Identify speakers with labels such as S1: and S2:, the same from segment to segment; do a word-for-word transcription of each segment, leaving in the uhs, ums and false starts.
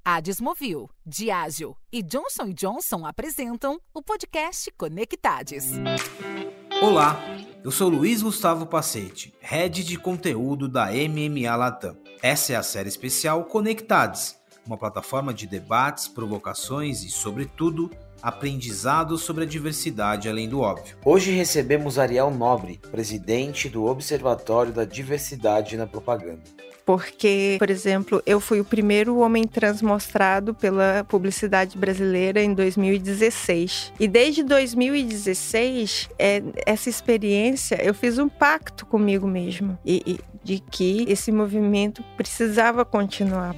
S1: A Desmovil, Diageo e Johnson e Johnson apresentam o podcast Conectades.
S2: Olá, eu sou Luiz Gustavo Pacete, Head de Conteúdo da M M A Latam. Essa é a série especial Conectades, uma plataforma de debates, provocações e, sobretudo, aprendizado sobre a diversidade além do óbvio.
S3: Hoje recebemos Ariel Nobre, presidente do Observatório da Diversidade na Propaganda.
S4: Porque, por exemplo, eu fui o primeiro homem trans mostrado pela publicidade brasileira em dois mil e dezesseis. E desde dois mil e dezesseis, é, essa experiência, eu fiz um pacto comigo mesmo. E, e de que esse movimento precisava continuar.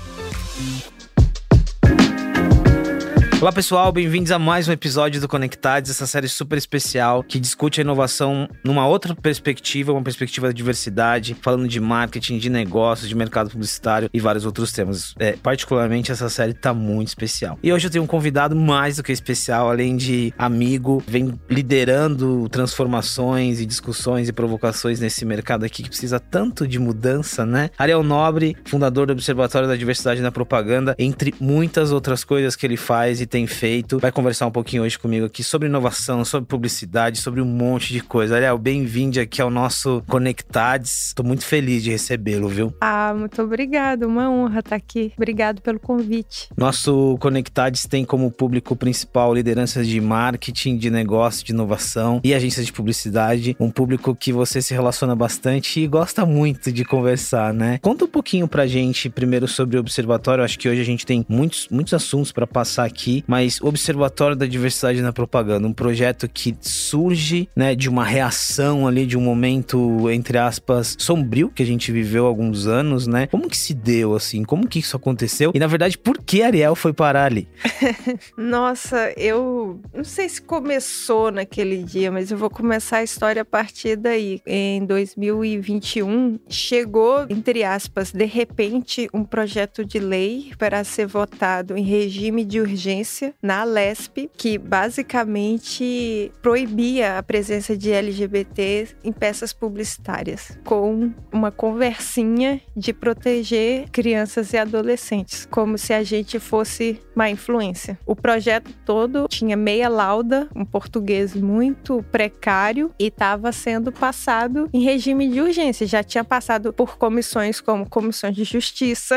S2: Olá pessoal, bem-vindos a mais um episódio do Conectades, essa série super especial que discute a inovação numa outra perspectiva, uma perspectiva da diversidade, falando de marketing, de negócios, de mercado publicitário e vários outros temas. É, particularmente essa série tá muito especial. E hoje eu tenho um convidado mais do que especial, além de amigo, vem liderando transformações e discussões e provocações nesse mercado aqui que precisa tanto de mudança, né? Ariel Nobre, fundador do Observatório da Diversidade na Propaganda, entre muitas outras coisas que ele faz e tem feito, vai conversar um pouquinho hoje comigo aqui sobre inovação, sobre publicidade, sobre um monte de coisa. Ariel, bem-vindo aqui ao nosso Conectades. Tô muito feliz de recebê-lo, viu?
S4: Ah, muito obrigada, uma honra estar aqui. Obrigado pelo convite.
S2: Nosso Conectades tem como público principal lideranças de marketing, de negócio, de inovação e agências de publicidade, um público que você se relaciona bastante e gosta muito de conversar, né? Conta um pouquinho pra gente primeiro sobre o Observatório. Acho que hoje a gente tem muitos, muitos assuntos para passar aqui, mas o Observatório da Diversidade na Propaganda, um projeto que surge, né, de uma reação ali, de um momento, entre aspas, sombrio que a gente viveu há alguns anos, né? Como que se deu, assim? Como que isso aconteceu? E, na verdade, por que Ariel foi parar ali?
S4: Nossa, eu não sei se começou naquele dia, mas eu vou começar a história a partir daí. Em dois mil e vinte e um, chegou, entre aspas, de repente, um projeto de lei para ser votado em regime de urgência na Alesp, que basicamente proibia a presença de L G B T em peças publicitárias, com uma conversinha de proteger crianças e adolescentes, como se a gente fosse má influência. O projeto todo tinha meia lauda, um português muito precário, e estava sendo passado em regime de urgência. Já tinha passado por comissões como comissões de justiça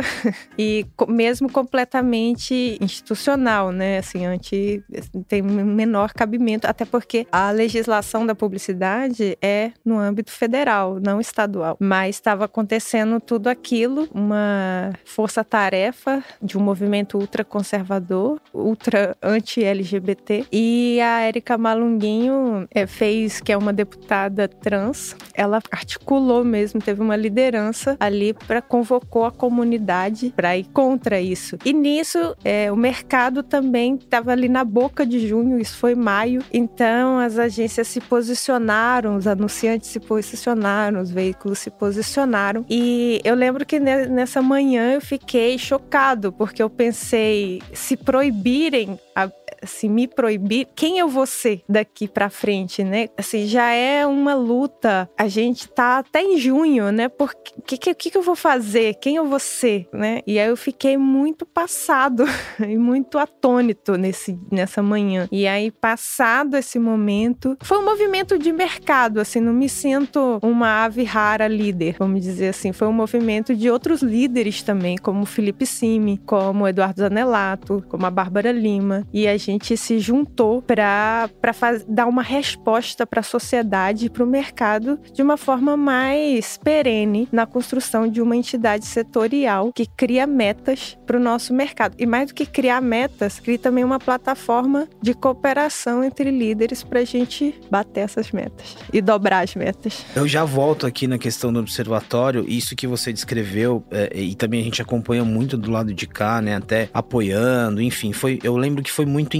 S4: e mesmo completamente institucional, né? Assim, anti, tem menor cabimento, até porque a legislação da publicidade é no âmbito federal, não estadual. Mas estava acontecendo tudo aquilo, uma força-tarefa de um movimento ultraconservador, ultra anti-L G B T. E a Érica Malunguinho é, fez, que é uma deputada trans, ela articulou mesmo, teve uma liderança ali, para convocou a comunidade para ir contra isso. E nisso, é, o mercado também também estava ali na boca de junho, isso foi maio, então as agências se posicionaram, os anunciantes se posicionaram, os veículos se posicionaram, e eu lembro que nessa manhã eu fiquei chocado, porque eu pensei, se proibirem a assim, me proibir, quem eu vou ser daqui pra frente, né? Assim, já é uma luta, a gente tá até em junho, né? Por que, que, que eu vou fazer? Quem eu vou ser, né? E aí eu fiquei muito passado e muito atônito nesse, nessa manhã. E aí, passado esse momento, foi um movimento de mercado, assim, não me sinto uma ave rara líder, vamos dizer assim, foi um movimento de outros líderes também, como o Felipe Simi, como o Eduardo Zanelato, como a Bárbara Lima, e a gente A gente se juntou para dar uma resposta para a sociedade e para o mercado de uma forma mais perene na construção de uma entidade setorial que cria metas para o nosso mercado. E mais do que criar metas, cria também uma plataforma de cooperação entre líderes para a gente bater essas metas e dobrar as metas.
S2: Eu já volto aqui na questão do observatório, isso que você descreveu, é, e também a gente acompanha muito do lado de cá, né, até apoiando, enfim, foi, eu lembro que foi muito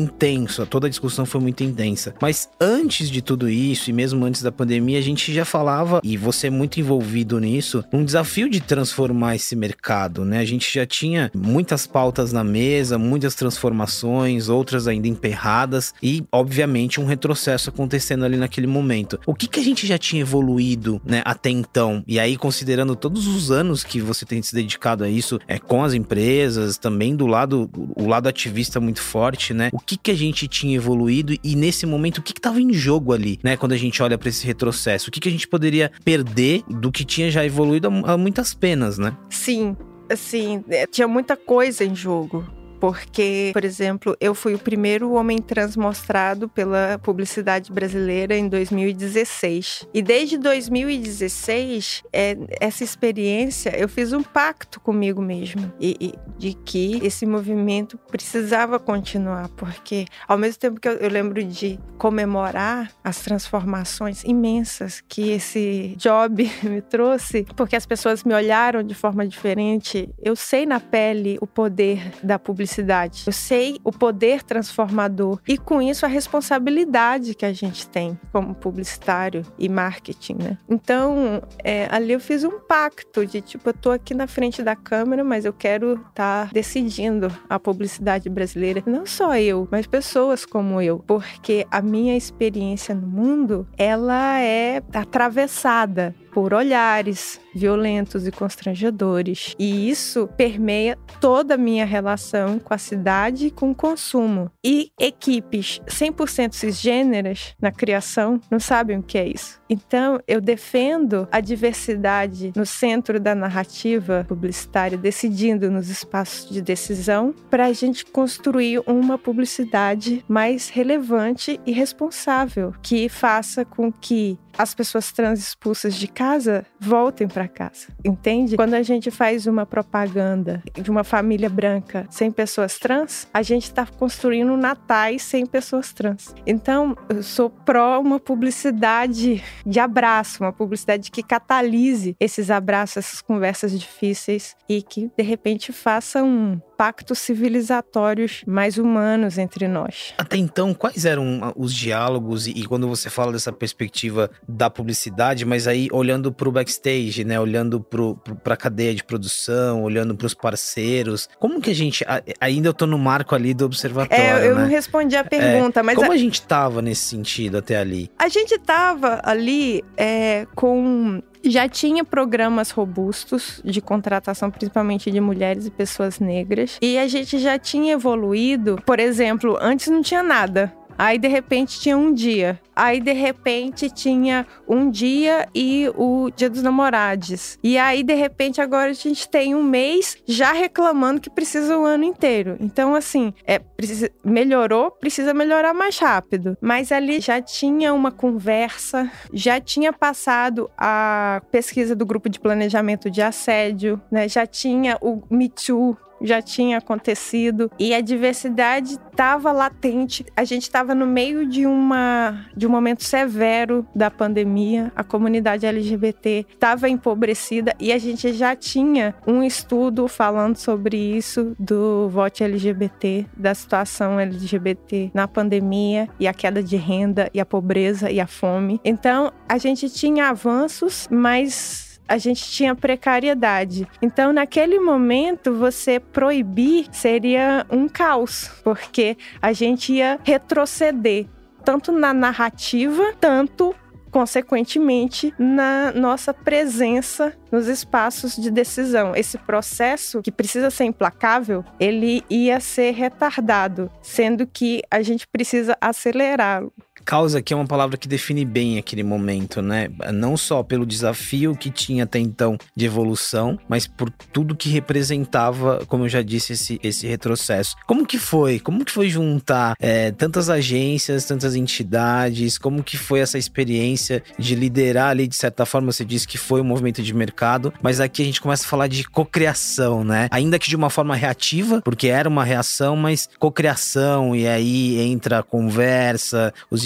S2: intenso, toda a discussão foi muito intensa. Mas antes de tudo isso, e mesmo antes da pandemia, a gente já falava, e você é muito envolvido nisso, um desafio de transformar esse mercado, né? A gente já tinha muitas pautas na mesa, muitas transformações, outras ainda emperradas, e obviamente um retrocesso acontecendo ali naquele momento. O que que a gente já tinha evoluído, né, até então? E aí, considerando todos os anos que você tem se dedicado a isso, é, com as empresas, também do lado, o lado ativista muito forte, né? O que que a gente tinha evoluído e nesse momento, o que que tava em jogo ali, né? Quando a gente olha para esse retrocesso, o que que a gente poderia perder do que tinha já evoluído a, a muitas penas, né?
S4: Sim, assim, tinha muita coisa em jogo. Porque, por exemplo, eu fui o primeiro homem trans mostrado pela publicidade brasileira em dois mil e dezesseis. E desde dois mil e dezesseis, é, essa experiência, eu fiz um pacto comigo mesmo. E, e, de que esse movimento precisava continuar. Porque, ao mesmo tempo que eu, eu lembro de comemorar as transformações imensas que esse job me trouxe, porque as pessoas me olharam de forma diferente, eu sei na pele o poder da publicidade. Eu sei o poder transformador e, com isso, a responsabilidade que a gente tem como publicitário e marketing, né? Então, é, ali eu fiz um pacto de, tipo, eu tô aqui na frente da câmera, mas eu quero estar tá decidindo a publicidade brasileira. Não só eu, mas pessoas como eu. Porque a minha experiência no mundo, ela é atravessada por olhares violentos e constrangedores. E isso permeia toda a minha relação com a cidade e com o consumo. E equipes cem por cento cisgêneras na criação não sabem o que é isso. Então, eu defendo a diversidade no centro da narrativa publicitária, decidindo nos espaços de decisão, para a gente construir uma publicidade mais relevante e responsável, que faça com que as pessoas trans expulsas de casa voltem para casa, entende? Quando a gente faz uma propaganda de uma família branca sem pessoas trans, a gente está construindo natais sem pessoas trans. Então, eu sou pró uma publicidade de abraço, uma publicidade que catalise esses abraços, essas conversas difíceis e que, de repente, faça um pactos civilizatórios mais humanos entre nós.
S2: Até então, quais eram os diálogos? E, e quando você fala dessa perspectiva da publicidade, mas aí olhando para o backstage, né? Olhando para a cadeia de produção, olhando para os parceiros, como que a gente... Ainda eu tô no marco ali do observatório,
S4: é, eu
S2: né?
S4: não respondi a pergunta,
S2: é,
S4: mas...
S2: Como
S4: a...
S2: a gente tava nesse sentido até ali?
S4: A gente tava ali é, com... Já tinha programas robustos de contratação, principalmente de mulheres e pessoas negras. E a gente já tinha evoluído. Por exemplo, antes não tinha nada. Aí, de repente, tinha um dia. Aí, de repente, tinha um dia e o Dia dos Namorados. E aí, de repente, agora a gente tem um mês já reclamando que precisa o ano inteiro. Então, assim, é, precisa, melhorou, precisa melhorar mais rápido. Mas ali já tinha uma conversa, já tinha passado a pesquisa do grupo de planejamento de assédio, né? Já tinha o Me Too, já tinha acontecido e a diversidade estava latente. A gente estava no meio de, uma, de um momento severo da pandemia. A comunidade L G B T estava empobrecida e a gente já tinha um estudo falando sobre isso do voto L G B T, da situação L G B T na pandemia e a queda de renda e a pobreza e a fome. Então, a gente tinha avanços, mas a gente tinha precariedade. Então, naquele momento, você proibir seria um caos, porque a gente ia retroceder, tanto na narrativa, tanto, consequentemente, na nossa presença nos espaços de decisão. Esse processo, que precisa ser implacável, ele ia ser retardado, sendo que a gente precisa acelerá-lo.
S2: Causa aqui é uma palavra que define bem aquele momento, né? Não só pelo desafio que tinha até então de evolução, mas por tudo que representava, como eu já disse, esse, esse retrocesso. Como que foi? Como que foi juntar é, tantas agências, tantas entidades? Como que foi essa experiência de liderar ali, de certa forma, você disse que foi um movimento de mercado, mas aqui a gente começa a falar de cocriação, né? Ainda que de uma forma reativa, porque era uma reação, mas cocriação, e aí entra a conversa, os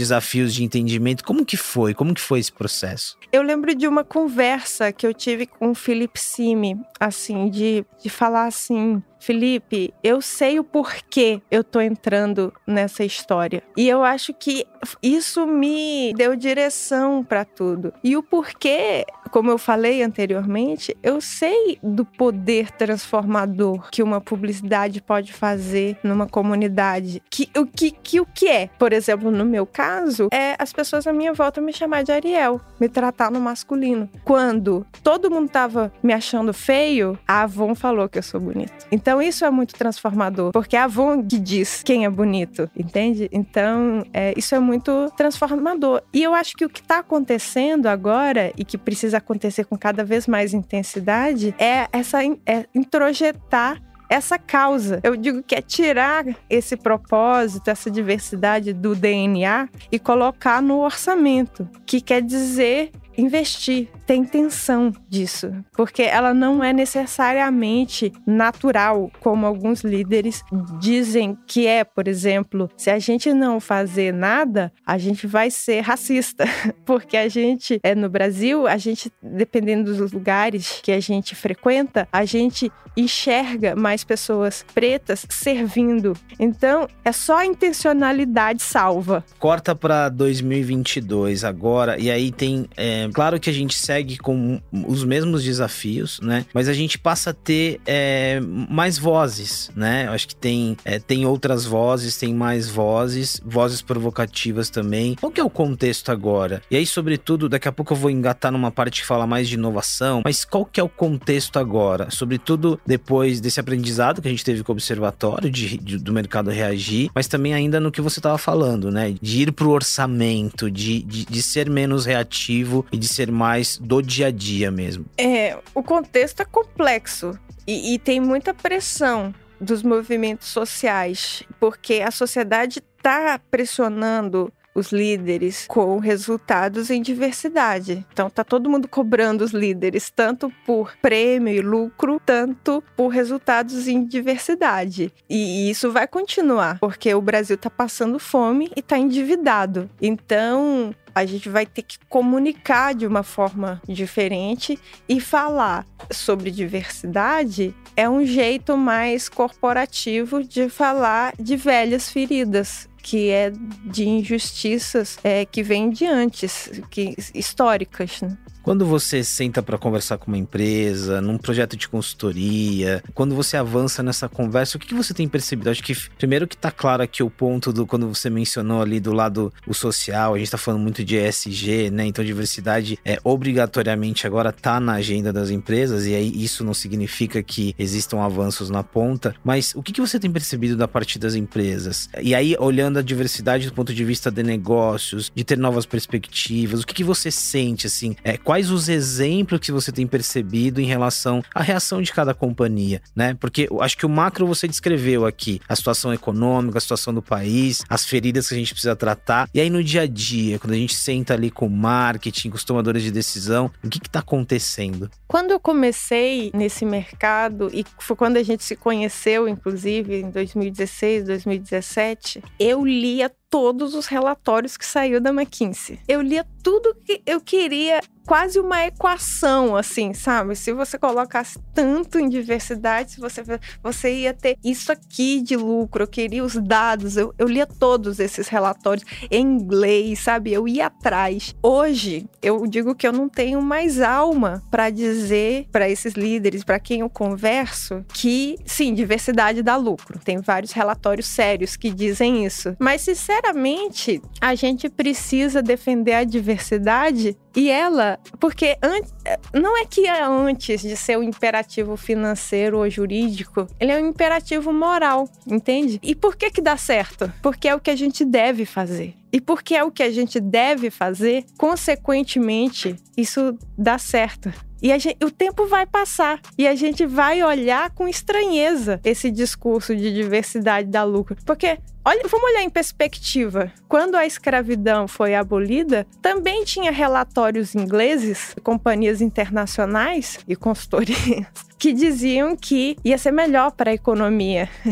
S2: desafios de entendimento. Como que foi? Como que foi esse processo?
S4: Eu lembro de uma conversa que eu tive com o Felipe Simi, assim, de, de falar assim... Felipe, eu sei o porquê eu tô entrando nessa história. E eu acho que isso me deu direção para tudo. E o porquê, como eu falei anteriormente, eu sei do poder transformador que uma publicidade pode fazer numa comunidade. Que, o, que, que, o que é? Por exemplo, no meu caso, é as pessoas à minha volta me chamar de Ariel, me tratar no masculino. Quando todo mundo tava me achando feio, a Avon falou que eu sou bonito. Então isso é muito transformador, porque é a Avon que diz quem é bonito, entende? Então é, isso é muito transformador. E eu acho que o que está acontecendo agora, e que precisa acontecer com cada vez mais intensidade, é essa é introjetar essa causa. Eu digo que é tirar esse propósito, essa diversidade do D N A e colocar no orçamento, que quer dizer investir, ter intenção disso, porque ela não é necessariamente natural, como alguns líderes dizem que é. Por exemplo, se a gente não fazer nada, a gente vai ser racista, porque a gente, é, no Brasil, a gente, dependendo dos lugares que a gente frequenta, a gente enxerga mais pessoas pretas servindo. Então, é só a intencionalidade salva.
S2: Corta para dois mil e vinte e dois agora, e aí tem... É... Claro que a gente segue com os mesmos desafios, né? Mas a gente passa a ter é, mais vozes, né? Eu acho que tem, é, tem outras vozes, tem mais vozes, vozes provocativas também. Qual que é o contexto agora? E aí, sobretudo, daqui a pouco eu vou engatar numa parte que fala mais de inovação, mas qual que é o contexto agora? Sobretudo depois desse aprendizado que a gente teve com o Observatório, de, de, do mercado reagir, mas também ainda no que você estava falando, né? De ir pro orçamento, de, de, de ser menos reativo e de ser mais do dia a dia mesmo.
S4: É, o contexto é complexo e, e tem muita pressão dos movimentos sociais, porque a sociedade está pressionando os líderes com resultados em diversidade. Então tá todo mundo cobrando os líderes, tanto por prêmio e lucro, tanto por resultados em diversidade. E isso vai continuar, porque o Brasil tá passando fome e tá endividado. Então a gente vai ter que comunicar de uma forma diferente, e falar sobre diversidade é um jeito mais corporativo de falar de velhas feridas, que é de injustiças é, que vêm de antes, que, históricas, né?
S2: Quando você senta para conversar com uma empresa, num projeto de consultoria, quando você avança nessa conversa, o que, que você tem percebido? Acho que, primeiro que tá claro aqui o ponto do, quando você mencionou ali do lado o social, a gente tá falando muito de E S G, né? Então diversidade é obrigatoriamente agora tá na agenda das empresas, e aí isso não significa que existam avanços na ponta, mas o que, que você tem percebido da parte das empresas? E aí, olhando a diversidade do ponto de vista de negócios, de ter novas perspectivas, o que, que você sente, assim, é, quais Quais os exemplos que você tem percebido em relação à reação de cada companhia, né? Porque eu acho que o macro você descreveu aqui, a situação econômica, a situação do país, as feridas que a gente precisa tratar. E aí no dia a dia, quando a gente senta ali com o marketing, com os tomadores de decisão, o que está acontecendo?
S4: Quando eu comecei nesse mercado, e foi quando a gente se conheceu, inclusive, em dois mil e dezesseis, dois mil e dezessete, eu lia todos os relatórios que saiu da McKinsey. Eu lia tudo que eu queria, quase uma equação, assim, sabe? Se você colocasse tanto em diversidade, se você, você ia ter isso aqui de lucro. Eu queria os dados, eu, eu lia todos esses relatórios em inglês, sabe? Eu ia atrás. Hoje, eu digo que eu não tenho mais alma para dizer para esses líderes, para quem eu converso, que, sim, diversidade dá lucro. Tem vários relatórios sérios que dizem isso. Mas, sinceramente, a gente precisa defender a diversidade e ela, porque antes, não é que é antes de ser um imperativo financeiro ou jurídico, ele é um imperativo moral, entende? E por que que dá certo? Porque é o que a gente deve fazer. E porque é o que a gente deve fazer, consequentemente, isso dá certo. E a gente, o tempo vai passar e a gente vai olhar com estranheza esse discurso de diversidade dá lucro. Porque, olha, vamos olhar em perspectiva. Quando a escravidão foi abolida, também tinha relatórios ingleses, companhias internacionais e consultorias, que diziam que ia ser melhor para a economia.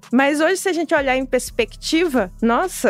S4: Mas hoje, se a gente olhar em perspectiva, nossa,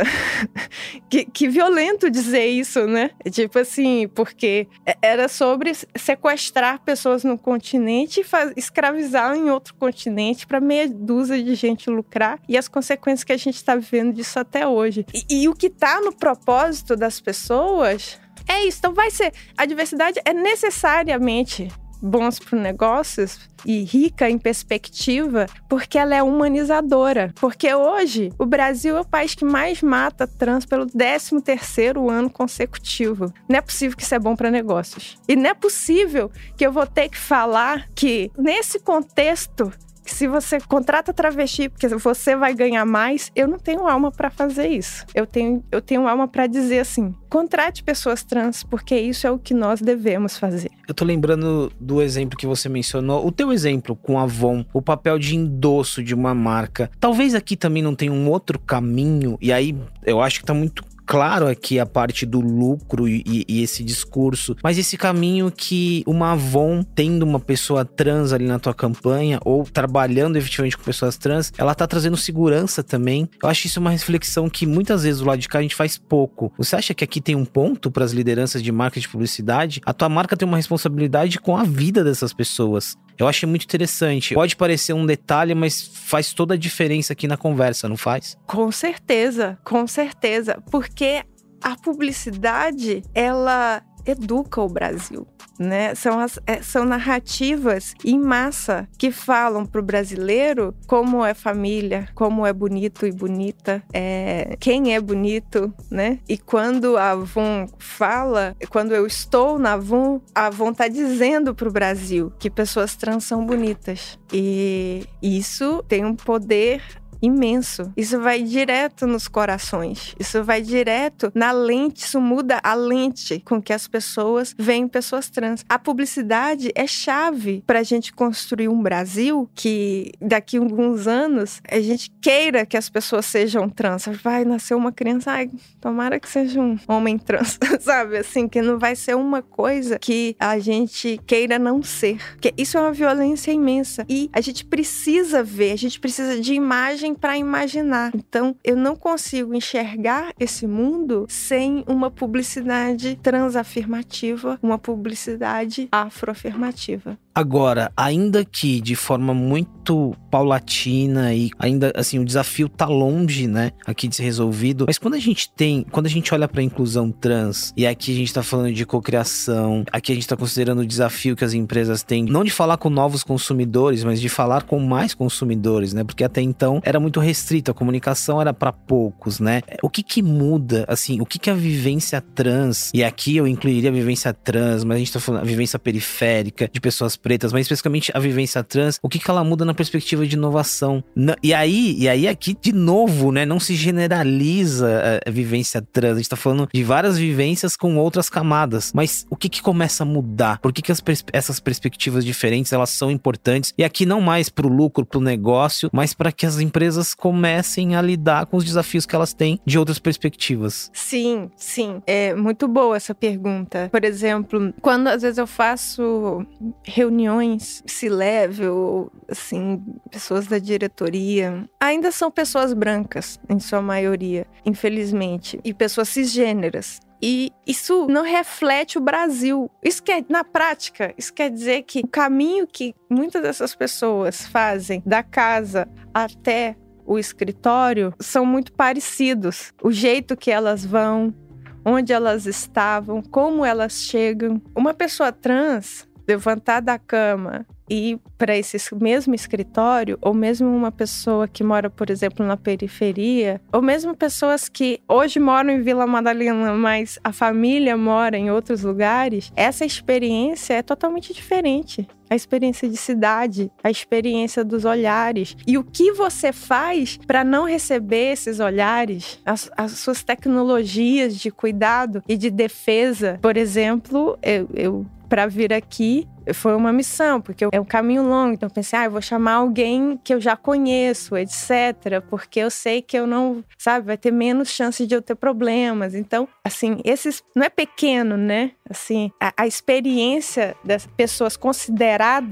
S4: que, que violento dizer isso, né? Tipo assim, porque era sobre sequestrar pessoas no continente e faz, escravizar em outro continente para meia dúzia de gente lucrar, e as consequências que a gente está vivendo disso até hoje. E, e o que está no propósito das pessoas é isso. Então vai ser, a diversidade é necessariamente bons para os negócios e rica em perspectiva, porque ela é humanizadora. Porque hoje o Brasil é o país que mais mata trans pelo décimo terceiro ano consecutivo. Não é possível que isso é bom para negócios. E não é possível que eu vou ter que falar que nesse contexto, que se você contrata travesti porque você vai ganhar mais, eu não tenho alma para fazer isso. Eu tenho, eu tenho alma para dizer assim, contrate pessoas trans, porque isso é o que nós devemos fazer.
S2: Eu tô lembrando do exemplo que você mencionou, o teu exemplo com a Avon, o papel de endosso de uma marca. Talvez aqui também não tenha um outro caminho, e aí eu acho que tá muito claro aqui a parte do lucro e, e esse discurso, mas esse caminho que uma Avon, tendo uma pessoa trans ali na tua campanha, ou trabalhando efetivamente com pessoas trans, ela tá trazendo segurança também. Eu acho isso uma reflexão que muitas vezes do lado de cá a gente faz pouco. Você acha que aqui tem um ponto para as lideranças de marketing de publicidade? A tua marca tem uma responsabilidade com a vida dessas pessoas. Eu achei muito interessante. Pode parecer um detalhe, mas faz toda a diferença aqui na conversa, não faz?
S4: Com certeza, com certeza. Porque a publicidade, ela educa o Brasil, né? São, as, são narrativas em massa que falam para o brasileiro como é família, como é bonito e bonita, é, quem é bonito, né? E quando a Avon fala, quando eu estou na Avon, a Avon está dizendo para o Brasil que pessoas trans são bonitas. E isso tem um poder imenso. Isso vai direto nos corações. Isso vai direto na lente. Isso muda a lente com que as pessoas veem pessoas trans. A publicidade é chave para a gente construir um Brasil que daqui a alguns anos a gente queira que as pessoas sejam trans. Vai nascer uma criança, ai, tomara que seja um homem trans, sabe? Assim, que não vai ser uma coisa que a gente queira não ser. Porque isso é uma violência imensa. E a gente precisa ver, a gente precisa de imagem para imaginar. Então, eu não consigo enxergar esse mundo sem uma publicidade transafirmativa, uma publicidade afroafirmativa.
S2: Agora, ainda que de forma muito paulatina e ainda assim o desafio tá longe, né, aqui de ser resolvido, mas quando a gente tem, quando a gente olha pra inclusão trans, e aqui a gente tá falando de cocriação, aqui a gente tá considerando o desafio que as empresas têm, não de falar com novos consumidores, mas de falar com mais consumidores, né, porque até então era muito restrito, a comunicação era pra poucos, né. O que que muda, assim, o que que a vivência trans, e aqui eu incluiria a vivência trans, mas a gente tá falando a vivência periférica, de pessoas pretas, mas especificamente a vivência trans, o que que ela muda na perspectiva de inovação? E aí, e aí aqui, de novo, né, não se generaliza a, a vivência trans, a gente tá falando de várias vivências com outras camadas, mas o que que começa a mudar? Por que que as pers- essas perspectivas diferentes, elas são importantes? E aqui não mais pro lucro, pro negócio, mas para que as empresas comecem a lidar com os desafios que elas têm de outras perspectivas.
S4: Sim, sim. É muito boa essa pergunta. Por exemplo, quando às vezes eu faço reuniões reuniões C-level, assim, pessoas da diretoria, ainda são pessoas brancas, em sua maioria, infelizmente, e pessoas cisgêneras. E isso não reflete o Brasil. Isso quer, na prática, isso quer dizer que o caminho que muitas dessas pessoas fazem da casa até o escritório são muito parecidos. O jeito que elas vão, onde elas estavam, como elas chegam. Uma pessoa trans levantar da cama e ir para esse mesmo escritório, ou mesmo uma pessoa que mora, por exemplo, na periferia, ou mesmo pessoas que hoje moram em Vila Madalena, mas a família mora em outros lugares, essa experiência é totalmente diferente. A experiência de cidade, a experiência dos olhares. E o que você faz para não receber esses olhares? As, as suas tecnologias de cuidado e de defesa. Por exemplo, eu... eu para vir aqui, foi uma missão, porque é um caminho longo. Então eu pensei, ah, eu vou chamar alguém que eu já conheço, etcétera. Porque eu sei que eu não, sabe, vai ter menos chance de eu ter problemas. Então, assim, esses não é pequeno, né? Assim, a, a experiência das pessoas consideradas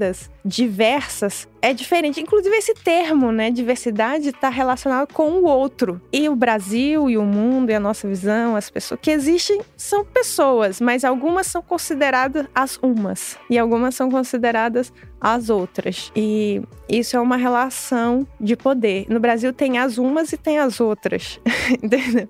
S4: diversas é diferente. Inclusive esse termo, né, diversidade, está relacionado com o outro. E o Brasil e o mundo e a nossa visão, as pessoas que existem são pessoas, mas algumas são consideradas as umas e algumas são consideradas as outras. E isso é uma relação de poder. No Brasil tem as umas e tem as outras, entendeu?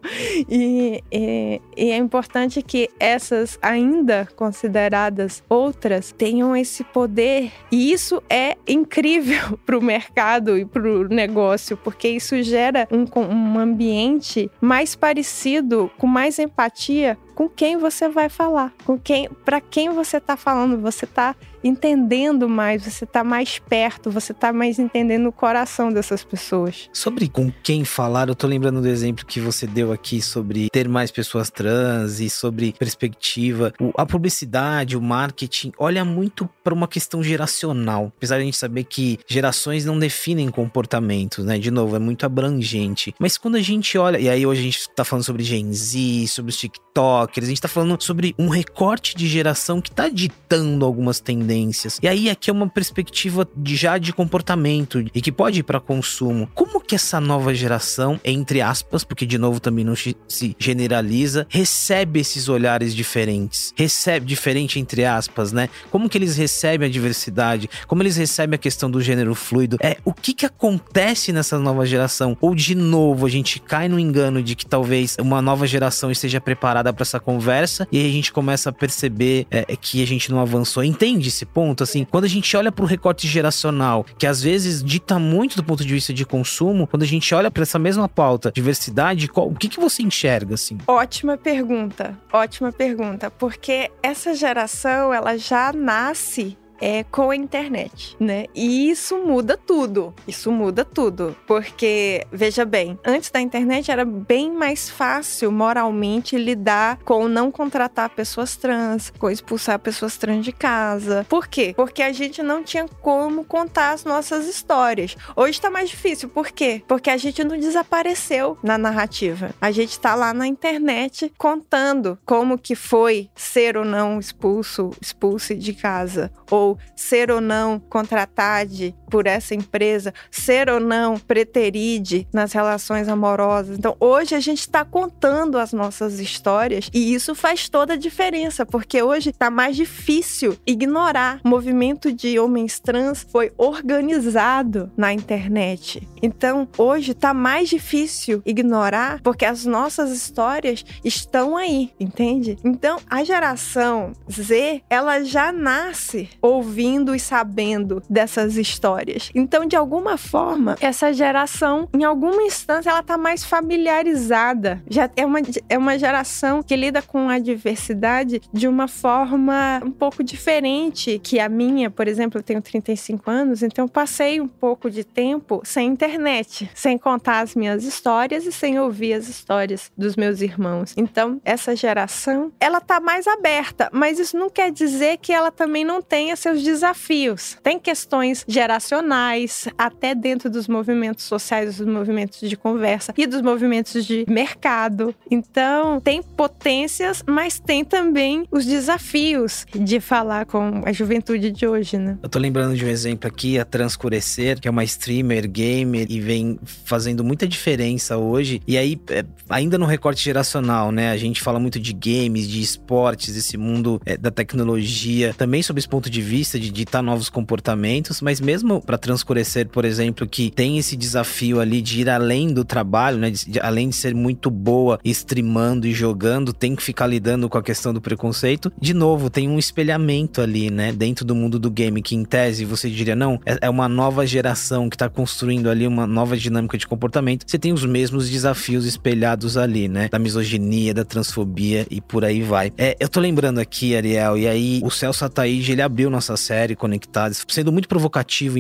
S4: E, e, e é importante que essas ainda consideradas outras tenham esse poder. E isso é incrível para o mercado e para o negócio, porque isso gera um, um ambiente mais parecido, com mais empatia com quem você vai falar, com quem, para quem você está falando. Você está entendendo mais, você está mais perto, você está mais entendendo o coração dessas pessoas.
S2: Sobre com quem falar, eu tô lembrando do exemplo que você deu aqui sobre ter mais pessoas trans e sobre perspectiva. O, a publicidade, o marketing, olha muito para uma questão geracional. Apesar de a gente saber que gerações não definem comportamentos, né? De novo, é muito abrangente. Mas quando a gente olha, e aí hoje a gente tá falando sobre Gen Z, sobre os TikTokers, a gente tá falando sobre um recorte de geração que tá ditando algumas tendências. E aí aqui é uma perspectiva de, já de comportamento e que pode ir para consumo. Como que essa nova geração, entre aspas, porque de novo também não se generaliza, recebe esses olhares diferentes? Recebe, diferente entre aspas, né? Como que eles recebem a diversidade? Como eles recebem a questão do gênero fluido? É, o que que acontece nessa nova geração? Ou de novo a gente cai no engano de que talvez uma nova geração esteja preparada para essa conversa e aí a gente começa a perceber é, que a gente não avançou. Entende esse ponto? Assim, quando a gente olha para o recorte geracional, que às vezes dita muito do ponto de vista de consumo, quando a gente olha para essa mesma pauta, diversidade, qual, o que que você enxerga, assim?
S4: Ótima pergunta, ótima pergunta, porque essa geração, ela já nasce É, com a internet, né? E isso muda tudo. Isso muda tudo. Porque, veja bem, antes da internet era bem mais fácil moralmente lidar com não contratar pessoas trans, com expulsar pessoas trans de casa. Por quê? Porque a gente não tinha como contar as nossas histórias. Hoje tá mais difícil. Por quê? Porque a gente não desapareceu na narrativa. A gente tá lá na internet contando como que foi ser ou não expulso, expulse de casa. Ou ser ou não contratade por essa empresa, ser ou não preteride nas relações amorosas. Então, hoje a gente está contando as nossas histórias e isso faz toda a diferença, porque hoje está mais difícil ignorar. O movimento de homens trans foi organizado na internet. Então, hoje está mais difícil ignorar, porque as nossas histórias estão aí, entende? Então, a geração Z, ela já nasce ouvindo e sabendo dessas histórias. Então, de alguma forma, essa geração, em alguma instância, ela está mais familiarizada. Já é uma, é uma geração que lida com a diversidade de uma forma um pouco diferente que a minha. Por exemplo, eu tenho trinta e cinco anos, então eu passei um pouco de tempo sem internet, sem contar as minhas histórias e sem ouvir as histórias dos meus irmãos. Então, essa geração, ela está mais aberta, mas isso não quer dizer que ela também não tenha seus desafios. Tem questões geracionais, até dentro dos movimentos sociais, dos movimentos de conversa e dos movimentos de mercado. Então, tem potências, mas tem também os desafios de falar com a juventude de hoje, né?
S2: Eu tô lembrando de um exemplo aqui, a Transcurecer, que é uma streamer, gamer, e vem fazendo muita diferença hoje. E aí, ainda no recorte geracional, né? A gente fala muito de games, de esportes, esse mundo é, da tecnologia, também sob esse ponto de vista de ditar novos comportamentos, mas mesmo para Transcurecer, por exemplo, que tem esse desafio ali de ir além do trabalho, né? De, de, além de ser muito boa streamando e jogando, tem que ficar lidando com a questão do preconceito. De novo, tem um espelhamento ali, né? Dentro do mundo do game, que em tese você diria, não, é, é uma nova geração que tá construindo ali uma nova dinâmica de comportamento. Você tem os mesmos desafios espelhados ali, né? Da misoginia, da transfobia e por aí vai. É, eu tô lembrando aqui, Ariel, e aí o Celso Ataíde, ele abriu nossa série Conectados, sendo muito provocativo e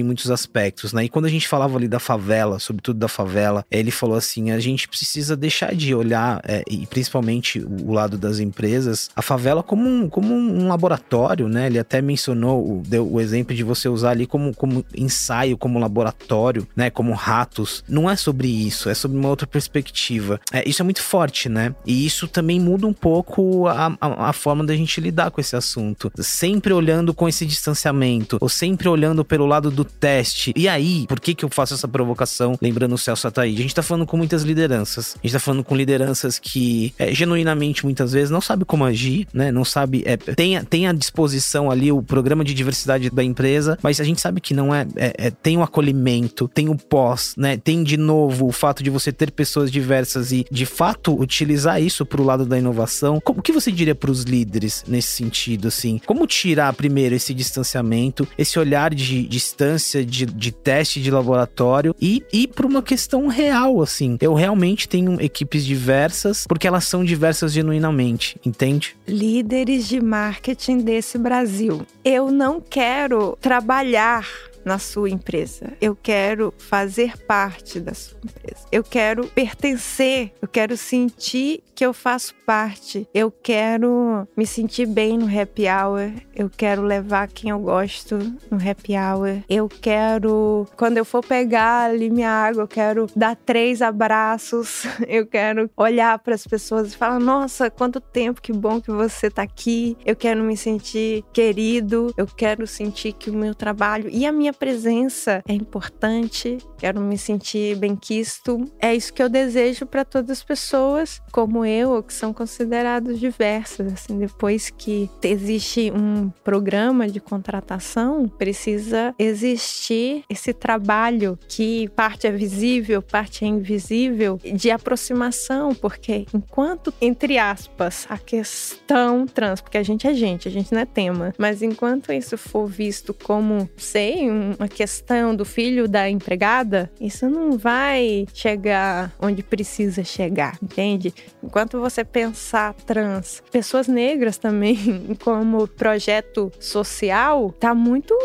S2: muitos aspectos, né? E quando a gente falava ali da favela, sobretudo da favela, ele falou assim, a gente precisa deixar de olhar, é, e principalmente o, o lado das empresas, a favela como um, como um laboratório, né? Ele até mencionou, deu o exemplo de você usar ali como, como ensaio, como laboratório, né? Como ratos. Não é sobre isso, é sobre uma outra perspectiva. É, isso é muito forte, né? E isso também muda um pouco a, a, a forma da gente lidar com esse assunto. Sempre olhando com esse distanciamento, ou sempre olhando pelo lado do teste. E aí, por que que eu faço essa provocação, lembrando o Celso Ataíde? A gente tá falando com muitas lideranças. A gente tá falando com lideranças que, é, genuinamente, muitas vezes, não sabe como agir, né? Não sabe... É, tem, tem à disposição ali o programa de diversidade da empresa, mas a gente sabe que não é... é, é tem o acolhimento, tem o pós, né? Tem, de novo, o fato de você ter pessoas diversas e, de fato, utilizar isso pro lado da inovação. Como, o que você diria pros líderes nesse sentido, assim? Como tirar, primeiro, esse distanciamento, esse olhar de distância, de, de teste de laboratório e ir para uma questão real, assim? Eu realmente tenho equipes diversas porque elas são diversas genuinamente, entende?
S4: Líderes de marketing desse Brasil. Eu não quero trabalhar na sua empresa. Eu quero fazer parte da sua empresa. Eu quero pertencer. Eu quero sentir que eu faço parte. Eu quero me sentir bem no happy hour. Eu quero levar quem eu gosto no happy hour. Eu quero, quando eu for pegar ali minha água, eu quero dar três abraços. Eu quero olhar para as pessoas e falar, nossa, quanto tempo, que bom que você tá aqui. Eu quero me sentir querido. Eu quero sentir que o meu trabalho e a minha presença é importante, quero me sentir benquisto. É isso que eu desejo para todas as pessoas como eu, ou que são consideradas diversas. Assim, depois que existe um programa de contratação, precisa existir esse trabalho que parte é visível, parte é invisível, de aproximação, porque enquanto, entre aspas, a questão trans, porque a gente é gente, a gente não é tema, mas enquanto isso for visto como, sei, um uma questão do filho da empregada, isso não vai chegar onde precisa chegar, entende? Enquanto você pensar trans, pessoas negras também como projeto social, tá muito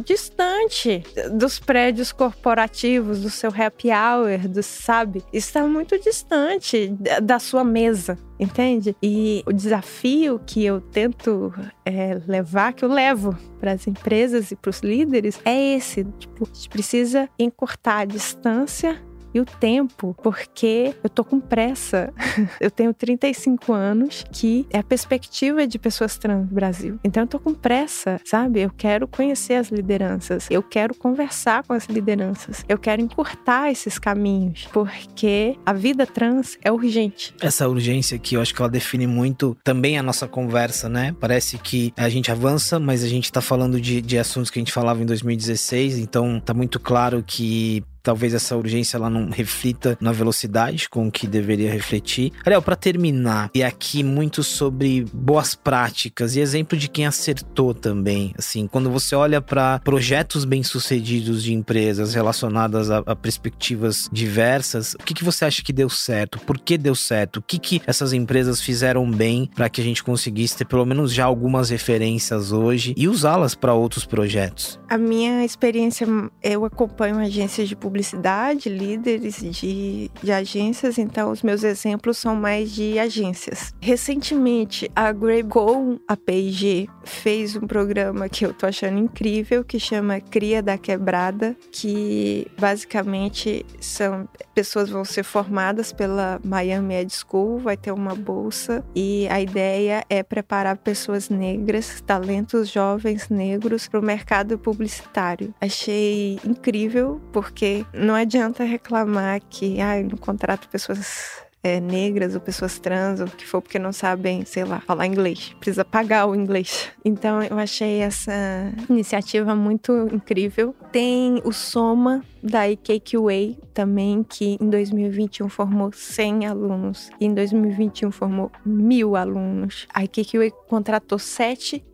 S4: distante dos prédios corporativos, do seu happy hour, do, sabe? Está muito distante da sua mesa, entende? E o desafio que eu tento é, levar, que eu levo para as empresas e para os líderes, é esse. Tipo, a gente precisa encurtar a distância e o tempo, porque eu tô com pressa. Eu tenho trinta e cinco anos, que é a perspectiva de pessoas trans no Brasil. Então eu tô com pressa, sabe? Eu quero conhecer as lideranças, eu quero conversar com as lideranças, eu quero encurtar esses caminhos, porque a vida trans é urgente.
S2: Essa urgência aqui, eu acho que ela define muito também a nossa conversa, né? Parece que a gente avança, mas a gente tá falando de, de assuntos que a gente falava em dois mil e dezesseis, então tá muito claro que talvez essa urgência ela não reflita na velocidade com que deveria refletir. Ariel, para terminar, e aqui muito sobre boas práticas e exemplo de quem acertou também. Assim, quando você olha para projetos bem-sucedidos de empresas relacionadas a, a perspectivas diversas, o que, que você acha que deu certo? Por que deu certo? O que, que essas empresas fizeram bem para que a gente conseguisse ter pelo menos já algumas referências hoje e usá-las para outros projetos?
S4: A minha experiência, eu acompanho agências de publicidade, líderes de, de agências, então os meus exemplos são mais de agências. Recentemente, a Grey com a P e G fez um programa que eu tô achando incrível, que chama Cria da Quebrada, que basicamente são pessoas vão ser formadas pela Miami Ed School, vai ter uma bolsa e a ideia é preparar pessoas negras, talentos jovens negros para o mercado publicitário. Achei incrível, porque não adianta reclamar que ah, não contrato pessoas É, negras ou pessoas trans, ou o que for, porque não sabem, sei lá, falar inglês. Precisa pagar o inglês. Então, eu achei essa iniciativa muito incrível. Tem o Soma, da I K Q A também, que em dois mil e vinte e um formou cem alunos. E em dois mil e vinte e um formou mil alunos. A I K Q A contratou sete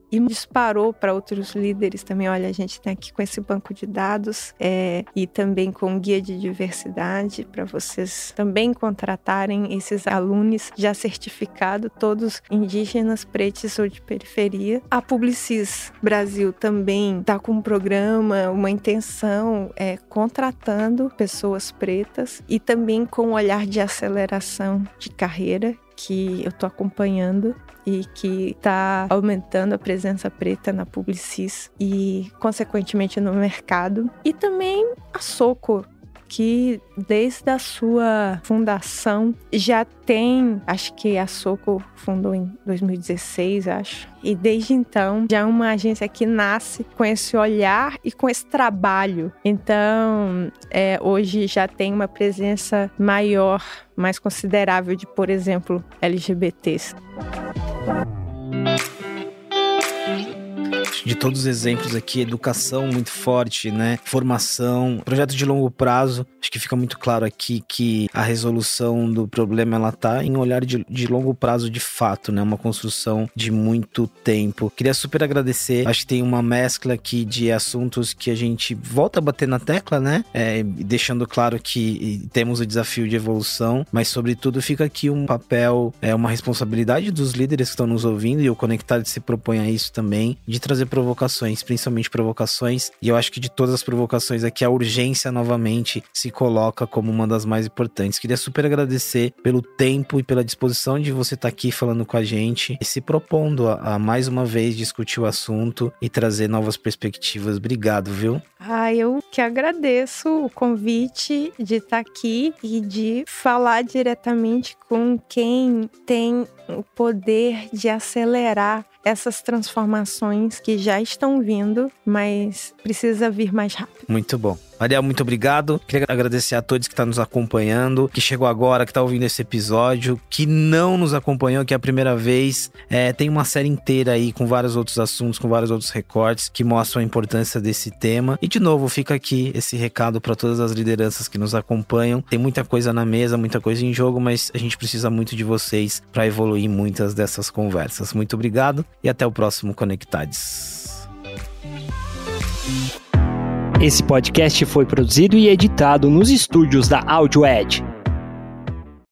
S4: e disparou para outros líderes também. Olha, a gente tem aqui com esse banco de dados é, e também com um guia de diversidade para vocês também contratarem esses alunos já certificados, todos indígenas, pretos ou de periferia. A Publicis Brasil também está com um programa, uma intenção, é, contratando pessoas pretas e também com um olhar de aceleração de carreira que eu estou acompanhando e que está aumentando a presença preta na Publicis e, consequentemente, no mercado. E também a Soco, que desde a sua fundação já tem, acho que a Soco fundou em dois mil e dezesseis, acho. E desde então já é uma agência que nasce com esse olhar e com esse trabalho. Então, é, hoje já tem uma presença maior, mais considerável de, por exemplo, L G B Ts.
S2: De todos os exemplos aqui, educação muito forte, né? Formação, projeto de longo prazo. Acho que fica muito claro aqui que a resolução do problema, ela tá em um olhar de, de longo prazo de fato, né? Uma construção de muito tempo. Queria super agradecer. Acho que tem uma mescla aqui de assuntos que a gente volta a bater na tecla, né? É, deixando claro que temos o desafio de evolução, mas sobretudo fica aqui um papel, é, uma responsabilidade dos líderes que estão nos ouvindo, e o Conectado se propõe a isso também, de trazer provocações, principalmente provocações, e eu acho que de todas as provocações aqui, a urgência novamente se coloca como uma das mais importantes. Queria super agradecer pelo tempo e pela disposição de você estar aqui falando com a gente e se propondo a, a mais uma vez discutir o assunto e trazer novas perspectivas. Obrigado, viu?
S4: Ah, eu que agradeço o convite de estar aqui e de falar diretamente com quem tem o poder de acelerar essas transformações que já estão vindo, mas precisa vir mais rápido.
S2: Muito bom. Ariel, muito obrigado. Queria agradecer a todos que estão nos acompanhando, que chegou agora, que está ouvindo esse episódio, que não nos acompanhou, que é a primeira vez. É, tem uma série inteira aí com vários outros assuntos, com vários outros recortes que mostram a importância desse tema. E de novo, fica aqui esse recado para todas as lideranças que nos acompanham. Tem muita coisa na mesa, muita coisa em jogo, mas a gente precisa muito de vocês para evoluir muitas dessas conversas. Muito obrigado e até o próximo Conectades.
S5: Esse podcast foi produzido e editado nos estúdios da AudioEd.